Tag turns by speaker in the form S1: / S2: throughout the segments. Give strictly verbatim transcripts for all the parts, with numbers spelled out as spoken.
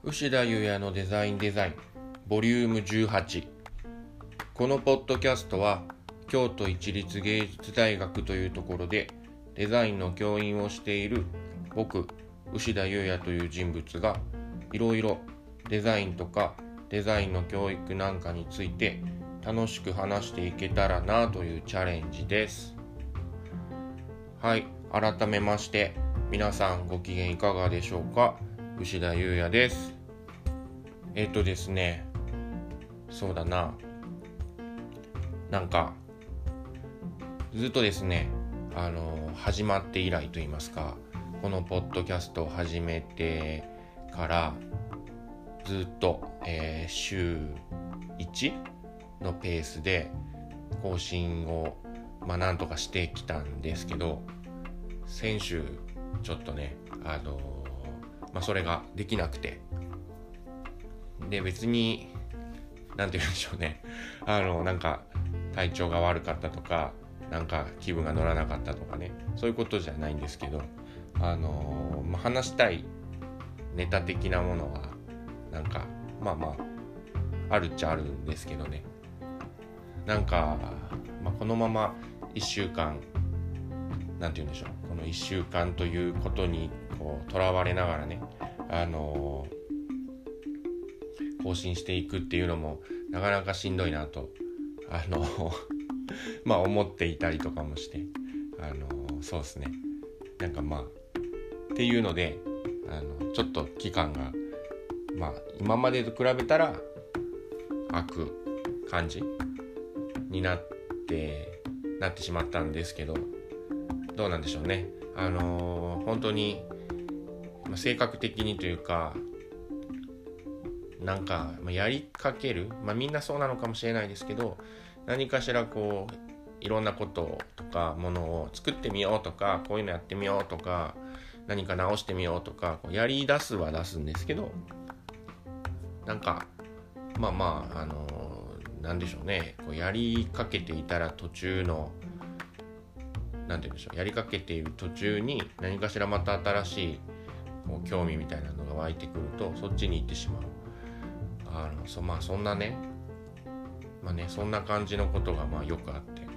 S1: 牛田裕也のデザインデザインボリュームじゅうはち。このポッドキャストは京都市立芸術大学というところでデザインの教員をしている僕牛田裕也という人物がいろいろデザインとかデザインの教育なんかについて楽しく話していけたらなというチャレンジです。はい、改めまして皆さんご機嫌いかがでしょうか。牛田裕也です。えっとですねそうだななんかずっとですねあの始まって以来といいますか、このポッドキャストを始めてからずっと、えー、週いちのペースで更新をまあなんとかしてきたんですけど、先週ちょっとねあのまあそれができなくて、で別になんて言うんでしょうねあのなんか体調が悪かったとかなんか気分が乗らなかったとかね、そういうことじゃないんですけど、あのまあ、話したいネタ的なものはなんかまあまああるっちゃあるんですけどね、なんか、まあ、このままいっしゅうかんなんて言うんでしょう、このいっしゅうかんということにこうとらわれながらねあの更新していくっていうのもなかなかしんどいなとあのまあ思っていたりとかもして、あのそうですねなんかまあっていうのであのちょっと期間がまあ今までと比べたら空く感じになってなってしまったんですけど、どうなんでしょうね。あの本当に、まあ、性格的にというかなんか、まあ、やりかける、まあ、みんなそうなのかもしれないですけど、何かしらこういろんなこととかものを作ってみようとか、こういうのやってみようとか、何か直してみようとかこうやり出すは出すんですけど、なんかまあまああのなんでしょうね、こうやりかけていたら途中のなんて言うんでしょう、やりかけている途中に何かしらまた新しいこう興味みたいなのが湧いてくるとそっちに行ってしまう。あのそまあそんなねまあねそんな感じのことがまあよくあって、あの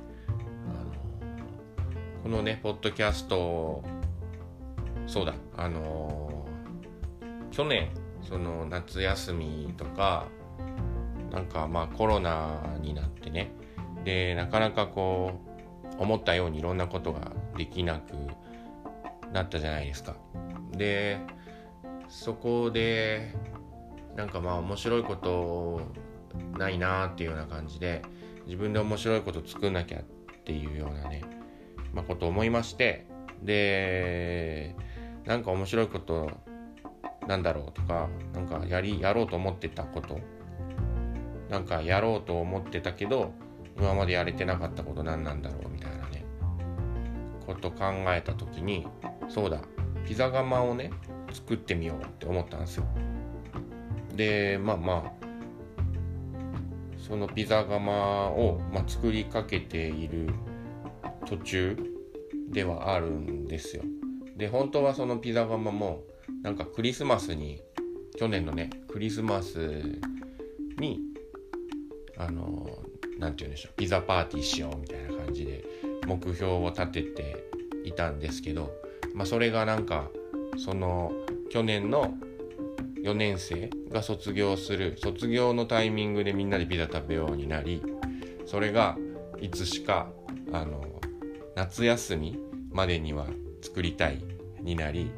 S1: このねポッドキャストそうだあの去年その夏休みとかなんかまあコロナになってね、でなかなかこう思ったようにいろんなことができなくなったじゃないですか。でそこでなんかまあ面白いことないなっていうような感じで、自分で面白いこと作んなきゃっていうようなね、まあ、ことを思いまして、でなんか面白いことなんだろうとか、なんかやりやろうと思ってたこと、なんかやろうと思ってたけど今までやれてなかったこと何なんだろうみたいなねこと考えた時に、そうだピザ窯をね作ってみようって思ったんですよ。でまあまあそのピザ窯を、まあ、作りかけている途中ではあるんですよ。で本当はそのピザ窯もなんかクリスマスに去年のねクリスマスにあのなんて言うんでしょう、ピザパーティーしようみたいな感じで目標を立てていたんですけど、まあそれがなんかその去年のよねん生が卒業する卒業のタイミングでみんなでピザ食べようになり、それがいつしかあの夏休みまでには作りたいになり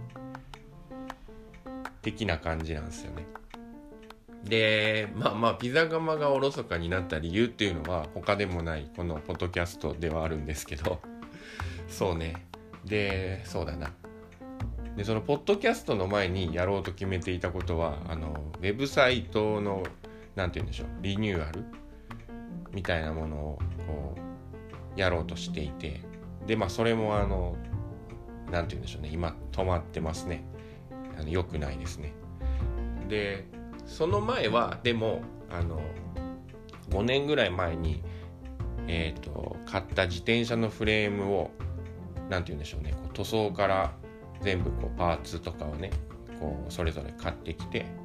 S1: 的な感じなんですよね。でまあまあピザ窯がおろそかになった理由っていうのは他でもないこのポッドキャストではあるんですけどそうねでそうだなでそのポッドキャストの前にやろうと決めていたことはあのウェブサイトのなんて言うんでしょうリニューアルみたいなものをこうやろうとしていて、でまあそれもあのなんて言うんでしょうね今止まってますね。あの良くないですね。でその前はでもあのごねんぐらい前にえっと買った自転車のフレームをなんて言うんでしょうねこう塗装から全部こうパーツとかをねこうそれぞれ買ってきて、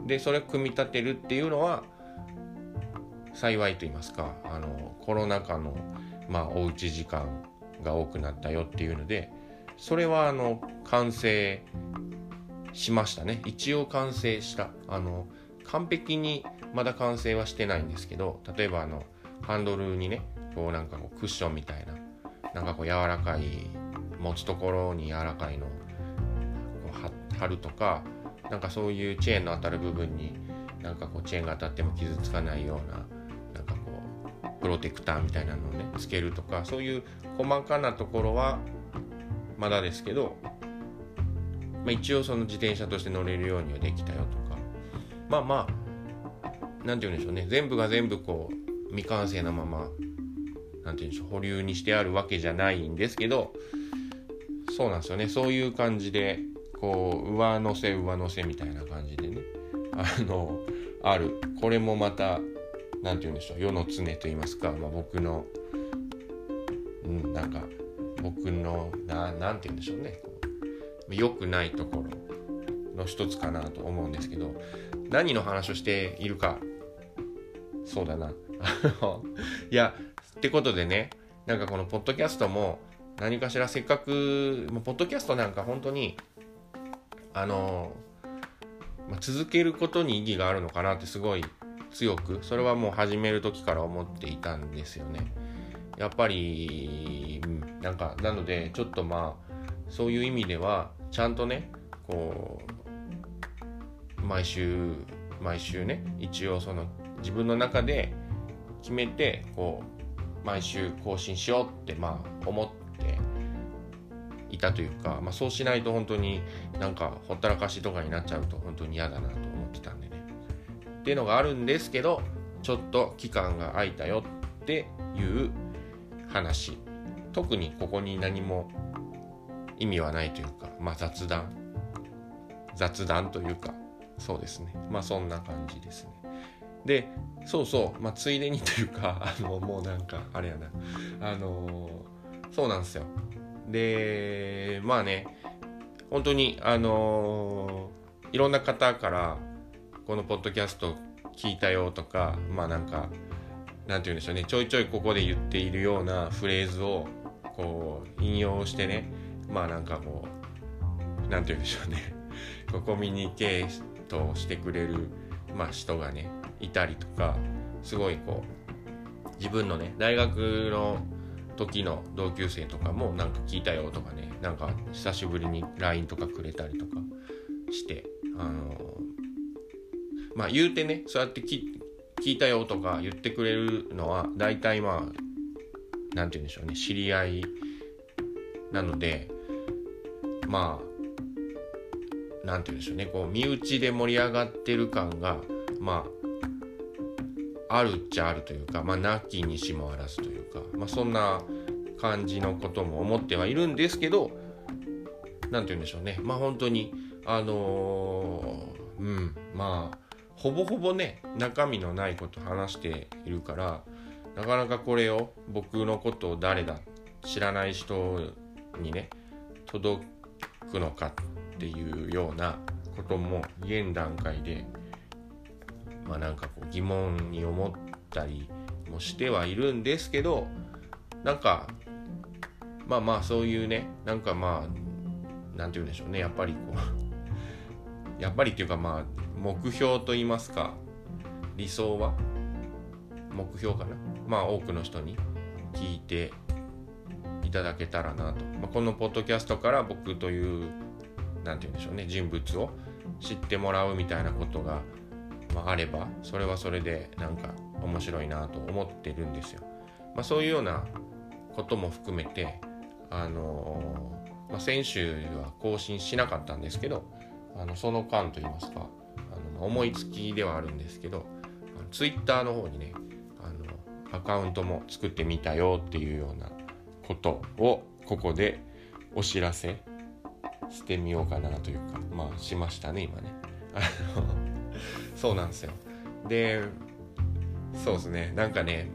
S1: でそれを組み立てるっていうのは幸いと言いますか、あのコロナ禍の、まあ、おうち時間が多くなったよっていうので、それはあの完成しましたね。一応完成した。あの完璧にまだ完成はしてないんですけど、例えばあのハンドルにね、こうなんかこうクッションみたいな、なんかこう柔らかい、持つところに柔らかいのをこう貼るとか、なんかそういうチェーンの当たる部分になんかこうチェーンが当たっても傷つかないような、なんかこうプロテクターみたいなのをねつけるとか、そういう細かなところはまだですけど、まあ、一応その自転車として乗れるようにはできたよとか、まあまあなんて言うんでしょうね、全部が全部こう未完成なままなんて言うんでしょう、保留にしてあるわけじゃないんですけど、そうなんですよね。そういう感じでこう上乗せ上乗せみたいな感じでね、あのある。これもまたなんて言うんでしょう、世の常と言いますか、まあ、僕のうんなんか僕のななんて言うんでしょうね、良くないところの一つかなと思うんですけど、何の話をしているか、そうだないやってことでね、なんかこのポッドキャストも何かしらせっかく、もうポッドキャストなんか本当にあの、まあ、続けることに意義があるのかなってすごい強く、それはもう始める時から思っていたんですよね。やっぱりなんかなのでちょっとまあそういう意味ではちゃんとねこう毎週毎週ね一応その自分の中で決めてこう毎週更新しようってまあ思っていたというか、まあ、そうしないと本当になんかほったらかしとかになっちゃうと本当に嫌だなと思ってたんでねっていうのがあるんですけど、ちょっと期間が空いたよっていう話、特にここに何も意味はないというか、まあ雑談雑談というか、そうですね、まあそんな感じですね。でそうそう、まあついでにというか、あのもうなんかあれやな、あのー、そうなんですよ。でまあね本当にあのー、いろんな方からこのポッドキャスト聞いたよとか、まあなんかなんて言うんでしょうね、ちょいちょいここで言っているようなフレーズをこう引用してね、まあなんかこうなんて言うんでしょうねこうコミュニケートしてくれる、まあ、人がねいたりとか、すごいこう自分のね大学の時の同級生とかもなんか聞いたよとかね、なんか久しぶりに ライン とかくれたりとかして、あのまあ言うてね、そうやってき聞いたよとか言ってくれるのは大体まあなんて言うんでしょうね、知り合いなので、まあなんて言うんでしょうね、こう身内で盛り上がってる感がまああるっちゃあるというか、まあなきにしもあらずというか、まあそんな感じのことも思ってはいるんですけど、なんて言うんでしょうね、まあ本当にあのー、うんまあほぼほぼね中身のないこと話しているから、なかなかこれを僕のことを誰だ知らない人にね届くのかっていうようなことも現段階でまあなんかこう疑問に思ったりもしてはいるんですけど、なんかまあまあそういうね、なんかまあなんて言うんでしょうね、やっぱりこうやっぱりっていうかまあ目標と言いますか、理想は目標かな、まあ多くの人に聞いていただけたらなと、まあ、このポッドキャストから僕というなんて言うんでしょうね人物を知ってもらうみたいなことが、まあ、あればそれはそれでなんか面白いなと思ってるんですよ。まあ、そういうようなことも含めてあのーまあ、先週は更新しなかったんですけど、あのその間といいますか、あの思いつきではあるんですけど、ツイッターの方にねあのアカウントも作ってみたよっていうようなことをここでお知らせしてみようかなというか、まあしましたね今ねあのそうなんですよ。でそうですね、なんかね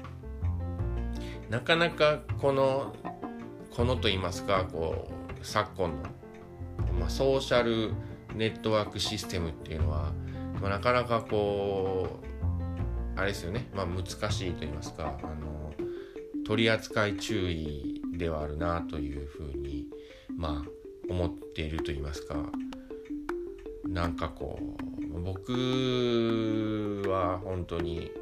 S1: なかなかこのこのと言いますかこう昨今の、まあ、ソーシャルネットワークシステムっていうのはまあ、なかなかこうあれですよね、まあ、難しいと言いますか、あの取り扱い注意ではあるなというふうにまあ思っていると言いますか、なんかこう僕は本当に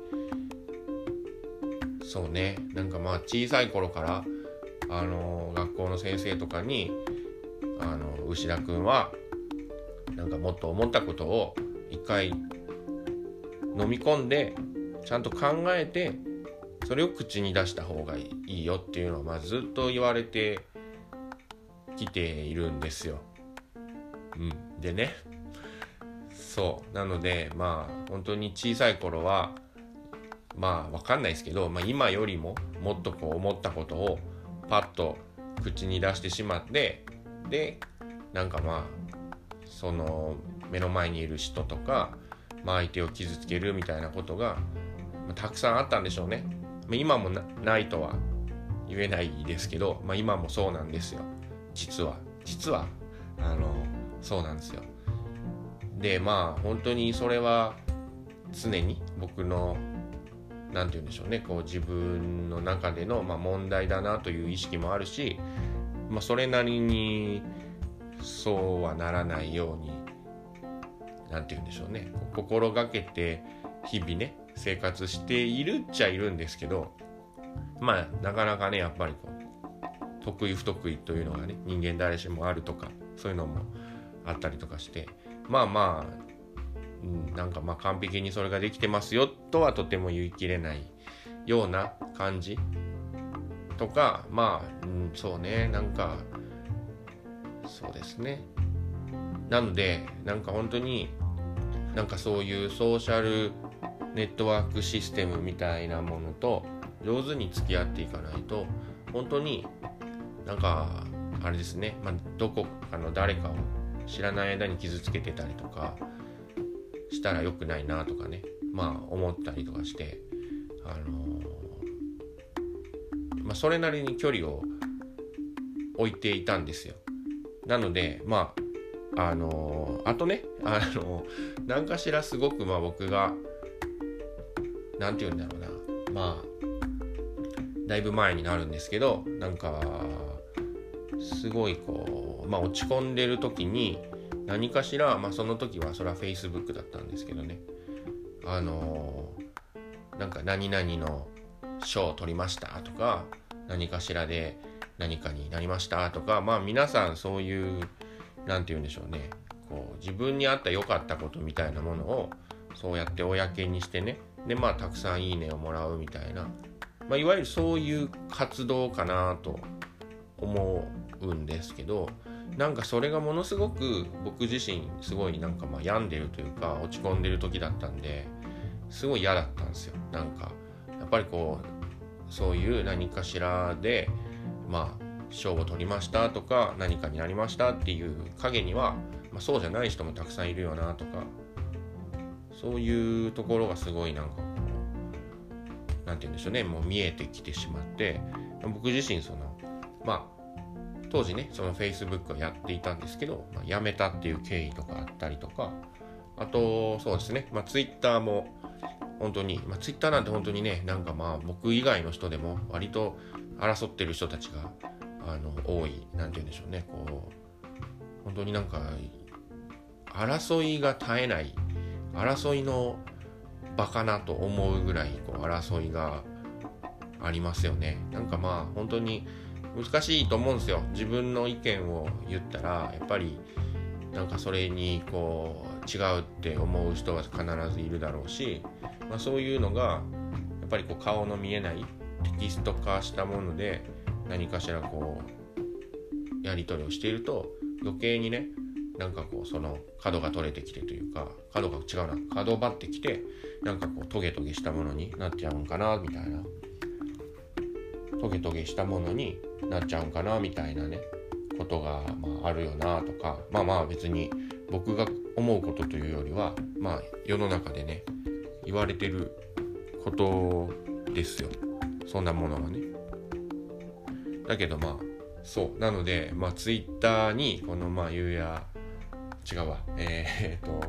S1: そうね、なんかまあ小さい頃からあの学校の先生とかにあの牛田くんはなんかもっと思ったことを一回飲み込んでちゃんと考えてそれを口に出した方がいいよっていうのをまあずっと言われてきているんですよ。うん、でね、そうなのでまあ本当に小さい頃はまあわかんないですけど、まあ、今よりももっとこう思ったことをパッと口に出してしまって、でなんかまあその目の前にいる人とか、まあ、相手を傷つけるみたいなことが、まあ、たくさんあったんでしょうね。まあ、今も な, ないとは言えないですけど、まあ、今もそうなんですよ。実は実はあのそうなんですよ。でまあ本当にそれは常に僕のなんて言うんでしょうね、こう自分の中での、まあ、問題だなという意識もあるし、まあ、それなりにそうはならないようになんて言うんでしょうね、心がけて日々ね生活しているっちゃいるんですけど、まあなかなかねやっぱりこう得意不得意というのがね人間誰しもあるとかそういうのもあったりとかして、まあまあうん、なんかまあ完璧にそれができてますよとはとても言い切れないような感じとか、まあ、うん、そうね、なんかそうですね、なのでなんか本当になんかそういうソーシャルネットワークシステムみたいなものと上手に付き合っていかないと本当になんかあれですね、まあ、どこかの誰かを知らない間に傷つけてたりとかしたら良くないなとかね、まあ思ったりとかして、あのー、まあそれなりに距離を置いていたんですよ。なのでまああのー、あとね、あのー、何かしらすごくまあ僕がなんて言うんだろうな、まあだいぶ前になるんですけど、なんかすごいこうまあ落ち込んでる時に何かしら、まあその時はそれは Facebook だったんですけどね、あのー、なんか何々の賞を取りましたとか何かしらで何かになりましたとか、まあ皆さんそういうなんて言うんでしょうね、こう自分に合った良かったことみたいなものをそうやって公にしてね、でまあたくさんいいねをもらうみたいな、まあ、いわゆるそういう活動かなと思うんですけど、なんかそれがものすごく僕自身すごいなんかまあ病んでるというか落ち込んでる時だったんですごい嫌だったんですよ。なんかやっぱりこうそういう何かしらでまあ賞を取りましたとか何かになりましたっていう影には、まあ、そうじゃない人もたくさんいるよなとか、そういうところがすごいなんかこうなんて言うんでしょうね、もう見えてきてしまって、僕自身そのまあ当時ねその Facebook をやっていたんですけど、まあ、やめたっていう経緯とかあったりとか、あとそうですね、まあ Twitter も本当に、まあ Twitter なんて本当にね、なんかまあ僕以外の人でも割と争ってる人たちがあの多い、なんて言うんでしょうね、こう本当になんか争いが絶えない、争いの場かなと思うぐらいこう争いがありますよね。なんかまあ本当に難しいと思うんですよ。自分の意見を言ったらやっぱりなんかそれにこう違うって思う人は必ずいるだろうし、まあ、そういうのがやっぱりこう顔の見えないテキスト化したもので何かしらこうやり取りをしていると余計にね、なんかこうその角が取れてきてというか、角が違うな角張ってきてなんかこうトゲトゲしたものになっちゃうんかなみたいな、トゲトゲしたものになっちゃうんかなみたいなねことがまああるよなとか、まあまあ別に僕が思うことというよりはまあ世の中でね言われてることですよ、そんなものはね。だけどまあそうなのでまあツイッターにこのまあゆうや違うわえー、っと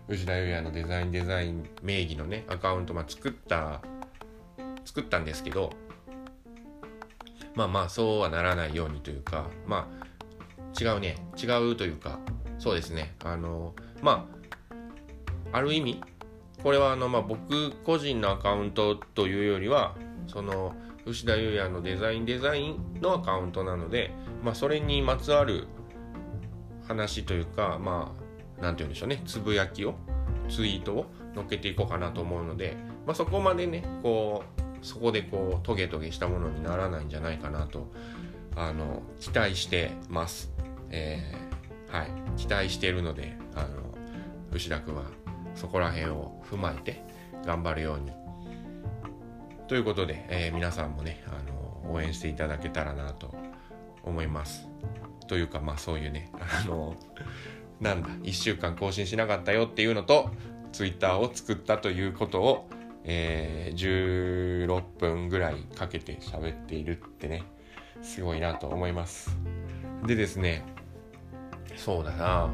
S1: 吉田裕也のデザインデザイン名義のねアカウント、まあ、作った作ったんですけど、まあまあそうはならないようにというか、まあ違うね違うというか、そうですね、あのまあある意味これはあの、まあ、僕個人のアカウントというよりはその吉田裕也のデザインデザインのアカウントなので、まあ、それにまつわる話というか、まあなんて言うんでしょうね、つぶやきをツイートを載っけていこうかなと思うので、まあ、そこまでねこうそこでこうトゲトゲしたものにならないんじゃないかなとあの期待してます、えー、はい期待しているので、あの吉田くんはそこら辺を踏まえて頑張るようにということで、えー、皆さんもねあの応援していただけたらなと思います。というかまあそういうねあのなんだいっしゅうかん更新しなかったよっていうのとツイッターを作ったということを、えー、じゅうろっぷんぐらいかけて喋っているってねすごいなと思います。でですね、そうだな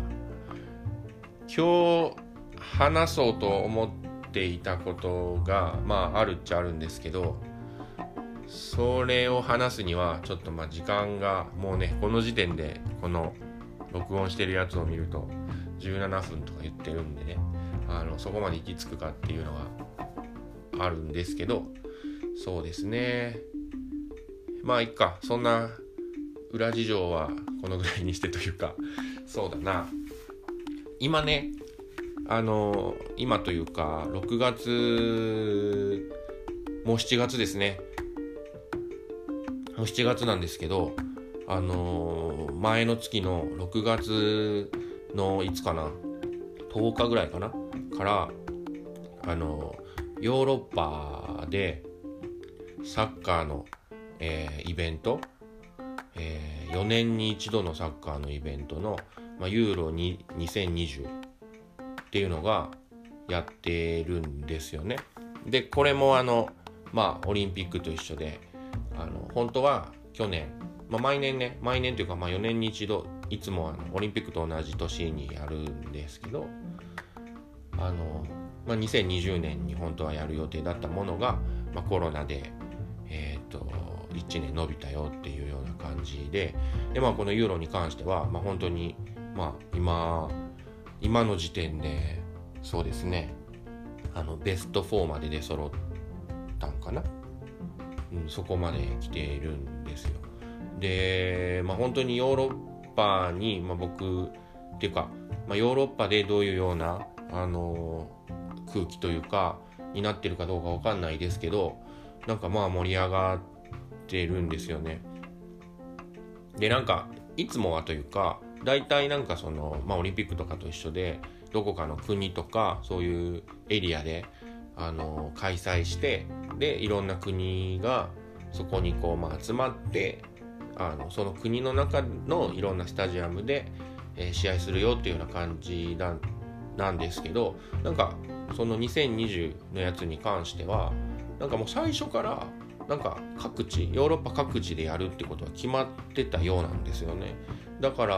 S1: 今日話そうと思っていたことがまああるっちゃあるんですけど、それを話すにはちょっとまあ時間がもうねこの時点でこの録音してるやつを見るとじゅうななふんとか言ってるんでね、あのそこまで行き着くかっていうのがあるんですけど、そうですねまあいっか、そんな裏事情はこのぐらいにしてというか、そうだな今ねあの今というかろくがつもうしちがつですね、もうしちがつなんですけど、あの前の月のろくがつのいつかなとおかぐらいかなからあのヨーロッパでサッカーの、えー、イベント、えー、よねんに一度のサッカーのイベントの、まあ、ユーロにせんにじゅうっていうのがやってるんですよね。でこれもあのまあオリンピックと一緒で、あの本当は去年、まあ、毎年ね毎年というかまあよねんに一度いつもあのオリンピックと同じ年にやるんですけど、あの、まあ、にせんにじゅうねんに本当はやる予定だったものが、まあ、コロナでえっといちねん延びたよっていうような感じで、でまあこのユーロに関してはまあ本当にまあ今今の時点でそうですねあのベストフォーまで出揃ったんかな、うん、そこまで来ているんですよ。でまあ本当にヨーロッパに、まあ、僕っていうか、まあ、ヨーロッパでどういうようなあの空気というかになってるかどうかわかんないですけど、なんかまあ盛り上がってるんですよね。でなんかいつもはというか大体なんかその、まあ、オリンピックとかと一緒でどこかの国とかそういうエリアであの開催して、でいろんな国がそこにこう、まあ、集まってあのその国の中のいろんなスタジアムで、えー、試合するよっていうような感じな、なんですけど、なんかそのにせんにじゅうのやつに関してはなんかもう最初からなんか各地ヨーロッパ各地でやるってことは決まってたようなんですよね。だから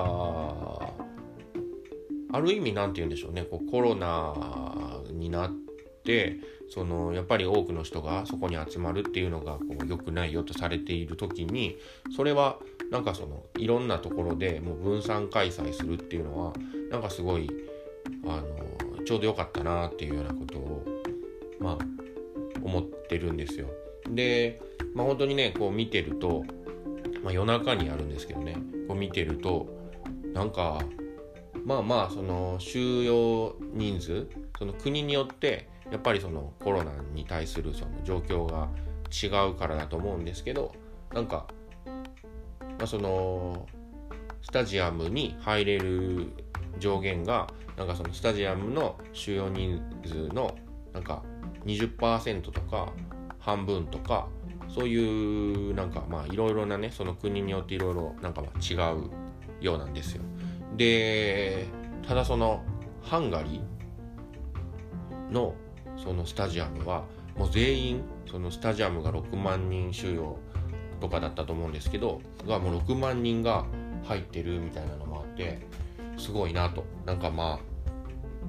S1: ある意味なんて言うんでしょうね、こうコロナになってそのやっぱり多くの人がそこに集まるっていうのがこう良くないよとされている時に、それはなんかそのいろんなところでもう分散開催するっていうのはなんかすごいあのちょうど良かったなっていうようなことをまあ思ってるんですよ。で、まあ、本当にねこう見てると、まあ、夜中にあるんですけどね、こう見てるとなんかまあまあその収容人数その国によってやっぱりそのコロナに対するその状況が違うからだと思うんですけど、なんか、まあ、そのスタジアムに入れる上限がなんかそのスタジアムの収容人数のなんか にじゅっパーセント とか半分とかそういうなんかまあいろいろなねその国によっていろいろなんかまあ違うようなんですよ。でただそのハンガリーのそのスタジアムはもう全員そのスタジアムがろくまんにん収容とかだったと思うんですけどがもうろくまんにんが入ってるみたいなのもあってすごいなと、なんかまあ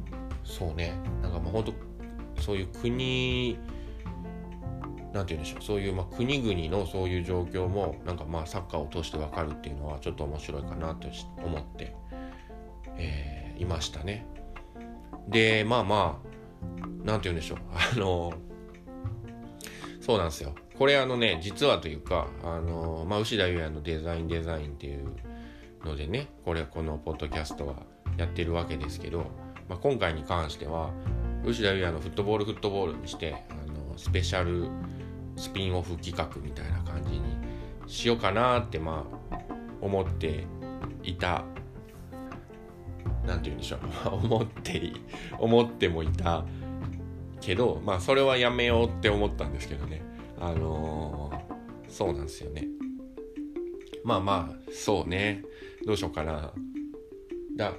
S1: そうね、なんかもう本当そういう国なんて言うんでしょう、そういうまあ国々のそういう状況もなんかまあサッカーを通して分かるっていうのはちょっと面白いかなと思って、えー、いましたね。でまあまあなんて言うんでしょう、あのそうなんですよ。これあのね実はというかあの、まあ、牛田裕也のデザインデザインっていうのでね、これこのポッドキャストはやってるわけですけど、まあ、今回に関しては牛田裕也のフットボールフットボールにしてあのスペシャルスピンオフ企画みたいな感じにしようかなってまあ思っていた、なんて言うんでしょう思って思ってもいたけど、まあそれはやめようって思ったんですけどね。あのー、そうなんですよね。まあまあそうね、どうしようかな。だ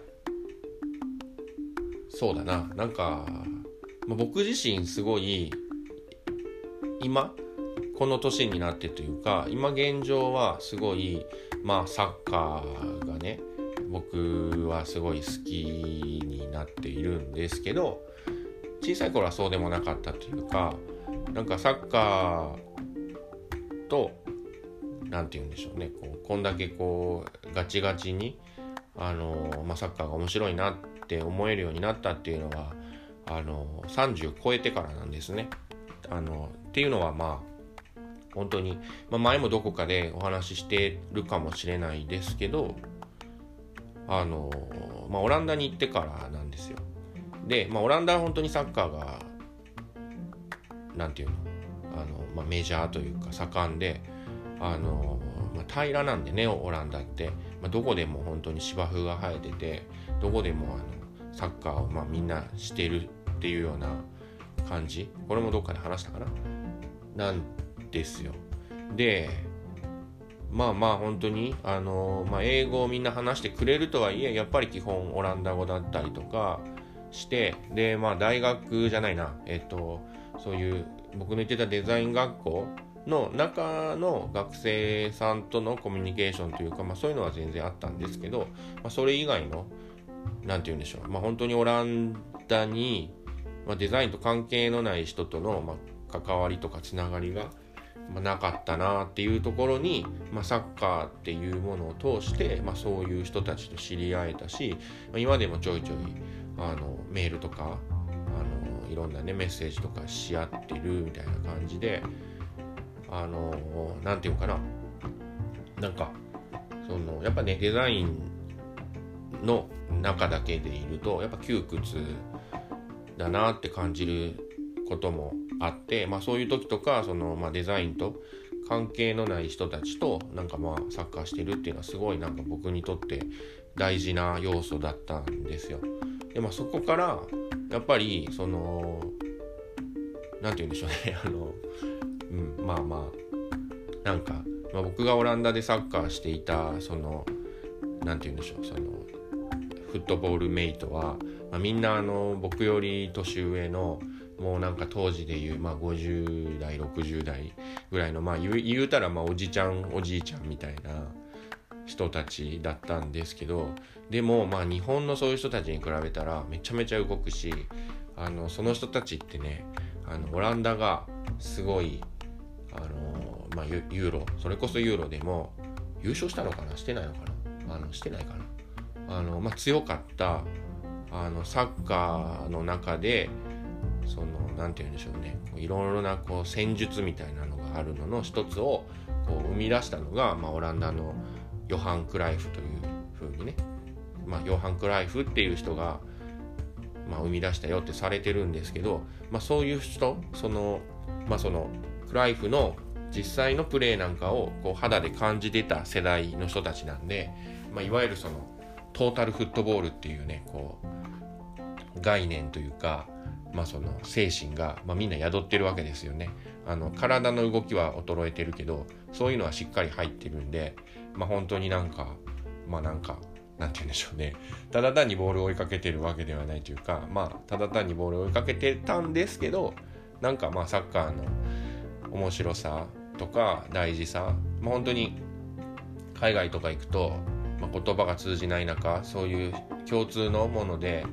S1: そうだな、なんか、まあ、僕自身すごい今この年になってというか今現状はすごいまあサッカーがね僕はすごい好きになっているんですけど、小さい頃はそうでもなかったというか、なんかサッカーとなんて言うんでしょうね、こうこんだけこうガチガチにあの、まあ、サッカーが面白いなって思えるようになったっていうのはあのさんじゅう超えてからなんですね。あのっていうのはまあ本当に、まあ、前もどこかでお話ししてるかもしれないですけど、あの、まあ、オランダに行ってからなんですよ。で、まあ、オランダは本当にサッカーがなんていうの、あの、まあ、メジャーというか盛んで、あの、まあ、平らなんでねオランダって、まあ、どこでも本当に芝生が生えてて、どこでもあのサッカーをまあみんなしてるっていうような感じ、これもどっかで話したかななんですよ。でまあまあ本当にあの、まあ、英語をみんな話してくれるとはいえやっぱり基本オランダ語だったりとかして、でまあ大学じゃないなえっとそういう僕の言ってたデザイン学校の中の学生さんとのコミュニケーションというか、まあ、そういうのは全然あったんですけど、まあ、それ以外のなんて言うんでしょう、まあ、本当にオランダに、まあ、デザインと関係のない人との、まあ、関わりとかつながりが、まあ、なかったなっていうところに、まあ、サッカーっていうものを通して、まあ、そういう人たちと知り合えたし、まあ、今でもちょいちょいあのメールとかあのいろんなねメッセージとかし合ってるみたいな感じで、あのなんていうかな、なんかそのやっぱねデザインの中だけでいるとやっぱ窮屈だなって感じることもあって、まあ、そういう時とかその、まあ、デザインと関係のない人たちとなんかまあサッカーしてるっていうのはすごいなんか僕にとって大事な要素だったんですよ。でまあそこからやっぱりそのなんて言うんでしょうねあの、うん、まあまあなんか、まあ、僕がオランダでサッカーしていたそのなんて言うんでしょうそのフットボールメイトは、まあ、みんなあの僕より年上のもうなんか当時でいう、まあ、ごじゅう代ろくじゅう代ぐらいの、まあ、言う、言うたらまあおじちゃんおじいちゃんみたいな人たちだったんですけど、でもまあ日本のそういう人たちに比べたらめちゃめちゃ動くし、あのその人たちってねあのオランダがすごいあの、まあ、ユーロそれこそユーロでも優勝したのかなしてないのかなあのしてないかなあの、まあ、強かったあのサッカーの中でそのなんて言うんでしょうね、いろいろなこう戦術みたいなのがあるのの一つをこう生み出したのが、まあ、オランダのヨハン・クライフという風にね、まあ、ヨハン・クライフっていう人が、まあ、生み出したよってされてるんですけど、まあ、そういう人その、まあ、そのクライフの実際のプレーなんかをこう肌で感じてた世代の人たちなんで、まあ、いわゆるそのトータルフットボールっていうねこう概念というか、まあ、その精神が、まあ、みんな宿ってるわけですよね。あの体の動きは衰えてるけどそういうのはしっかり入ってるんで、まあ、本当になんかまあなんかなんて言うんでしょうね、ただ単にボールを追いかけてるわけではないというか、まあただ単にボールを追いかけてたんですけど、なんかまあサッカーの面白さとか大事さ、まあ、本当に海外とか行くと、まあ、言葉が通じない中そういう共通のもので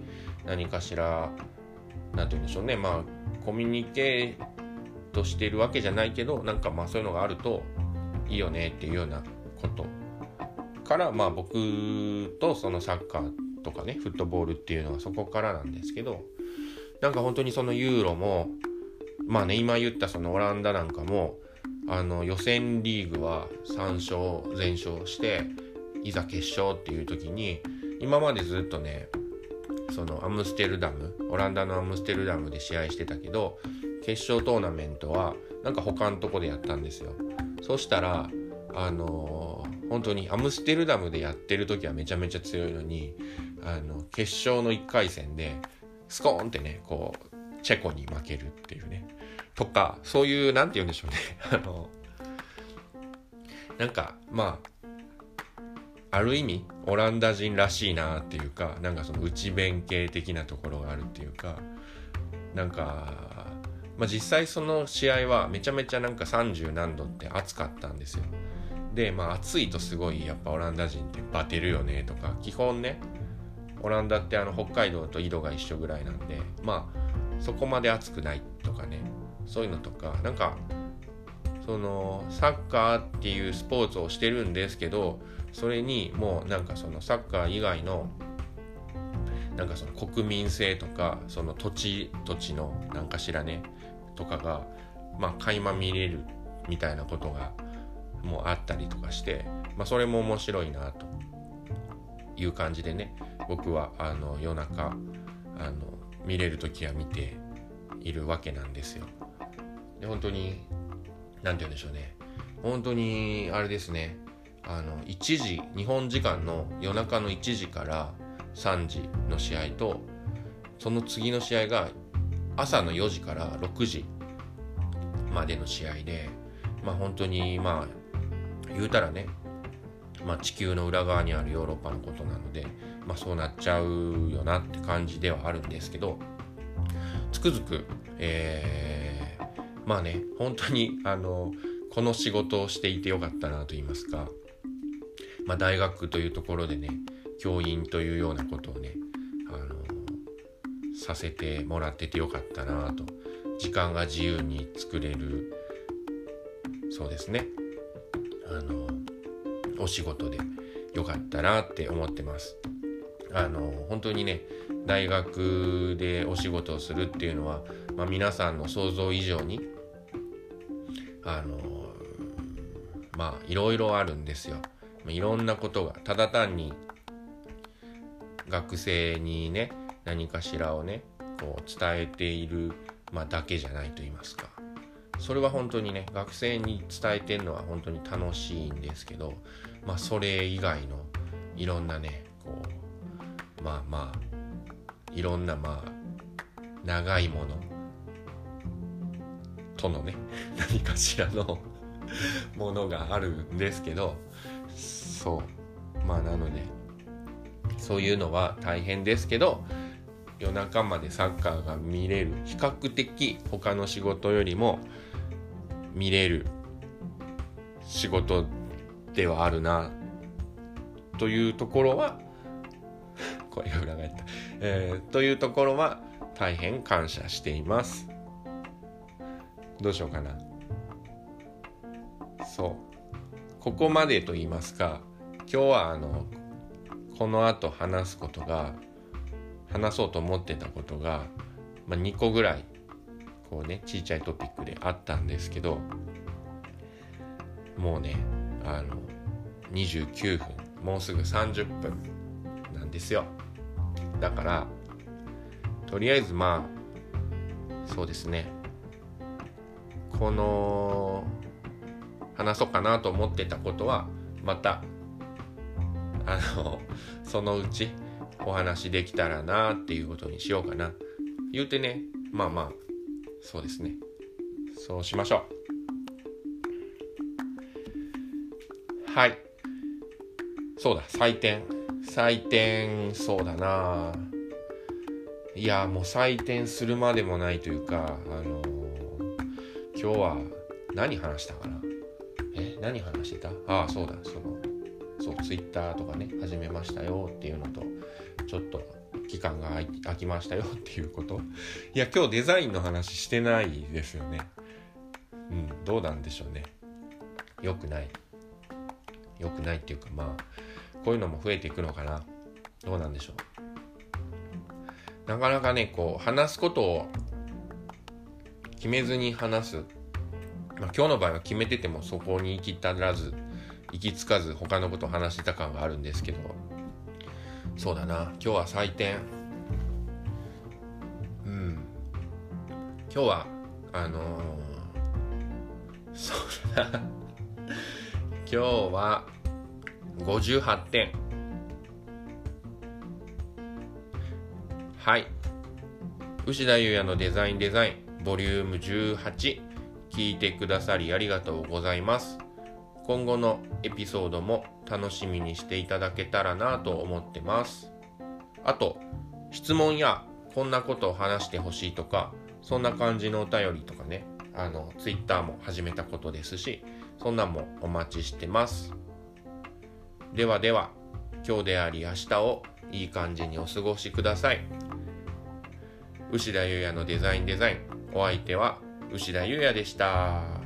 S1: 何かしらなんて言うんでしょうね、まあコミュニケートしてるわけじゃないけど、なんかまあそういうのがあるといいよねっていうようなことから、まあ僕とそのサッカーとかねフットボールっていうのはそこからなんですけど、なんか本当にそのユーロもまあね、今言ったそのオランダなんかもあの予選リーグはさん勝全勝していざ決勝っていう時に、今までずっとねそのアムステルダムオランダのアムステルダムで試合してたけど、決勝トーナメントはなんか他のとこでやったんですよ。そしたらあのー、本当にアムステルダムでやってる時はめちゃめちゃ強いのに、あの決勝のいっかい戦でスコーンってねこうチェコに負けるっていうねとか、そういうなんて言うんでしょうねあのなんかまあある意味オランダ人らしいなっていうか、なんかその内弁慶的なところがあるっていうか、なんかまあ実際その試合はめちゃめちゃなんかさんじゅう何度って暑かったんですよ。でまあ暑いとすごいやっぱオランダ人ってバテるよねとか、基本ねオランダってあの北海道と緯度が一緒ぐらいなんで、まあそこまで暑くないとかね、そういうのとか、なんかそのサッカーっていうスポーツをしてるんですけど、それにもうなんかそのサッカー以外のなんかその国民性とかその土地土地のなんかしらねとかがまあ垣間見れるみたいなことがもうあったりとかして、まあそれも面白いなという感じでね、僕はあの夜中あの見れるときは見ているわけなんですよ。で本当になんて言うんでしょうね、本当にあれですね、あのいちじ日本時間の夜中のいちじからさんじの試合と、その次の試合が朝のよじからろくじまでの試合で、まあ本当にまあ言うたらね、まあ、地球の裏側にあるヨーロッパのことなので、まあ、そうなっちゃうよなって感じではあるんですけど、つくづく、えー、まあね本当にあのこの仕事をしていてよかったなと言いますか、まあ、大学というところでね教員というようなことをねあのさせてもらっててよかったなと、時間が自由に作れる、そうですね、あのお仕事でよかったなって思ってます。あの本当にね大学でお仕事をするっていうのは、まあ、皆さんの想像以上にあのまあいろいろあるんですよ。いろんなことが、ただ単に学生にね何かしらをねこう伝えている、まあ、だけじゃないと言いますか、それは本当にね学生に伝えてるのは本当に楽しいんですけど、まあそれ以外のいろんなねこうまあまあいろんなまあ長いものとのね何かしらのものがあるんですけど、そうまあなのでそういうのは大変ですけど、夜中までサッカーが見れる、比較的他の仕事よりも見れる仕事ではあるなというところは声が裏返った、えー、というところは大変感謝しています。どうしようかな。そうここまでと言いますか、今日はあのこの後話すことが話そうと思ってたことが、まあ、にこぐらいこうねちっちゃいトピックであったんですけど、もうねあのにじゅうきゅうふん、もうすぐさんじゅっぷんなんですよ。だからとりあえずまあそうですね、この話そうかなと思ってたことはまたあのそのうちお話できたらなっていうことにしようかな。言うてね、まあまあそうですね、そうしましょう。はい、そうだ、採点採点そうだな、いやもう採点するまでもないというか、あのー、今日は何話したかな、え何話してた、ああそうだ、そのそうツイッターとかね始めましたよっていうのと、ちょっと期間が空きましたよっていうこと。いや、今日デザインの話してないですよね。うん、どうなんでしょうね。よくない。よくないっていうか、まあこういうのも増えていくのかな。どうなんでしょう。なかなかね、こう話すことを決めずに話す。まあ、今日の場合は決めててもそこに行き至らず、行き着かず他のことを話してた感があるんですけど、そうだな、今日は採点。うん。今日はあのー、そうだな。今日はごじゅうはってん。はい。牛田優也のデザインデザインボリュームじゅうはち、聞いてくださりありがとうございます。今後のエピソードも楽しみにしていただけたらなと思ってます。あと、質問やこんなことを話してほしいとか、そんな感じのお便りとかね、あのツイッターも始めたことですし、そんなんもお待ちしてます。ではでは、今日であり明日をいい感じにお過ごしください。牛田優也のデザインデザイン、お相手は牛田優也でした。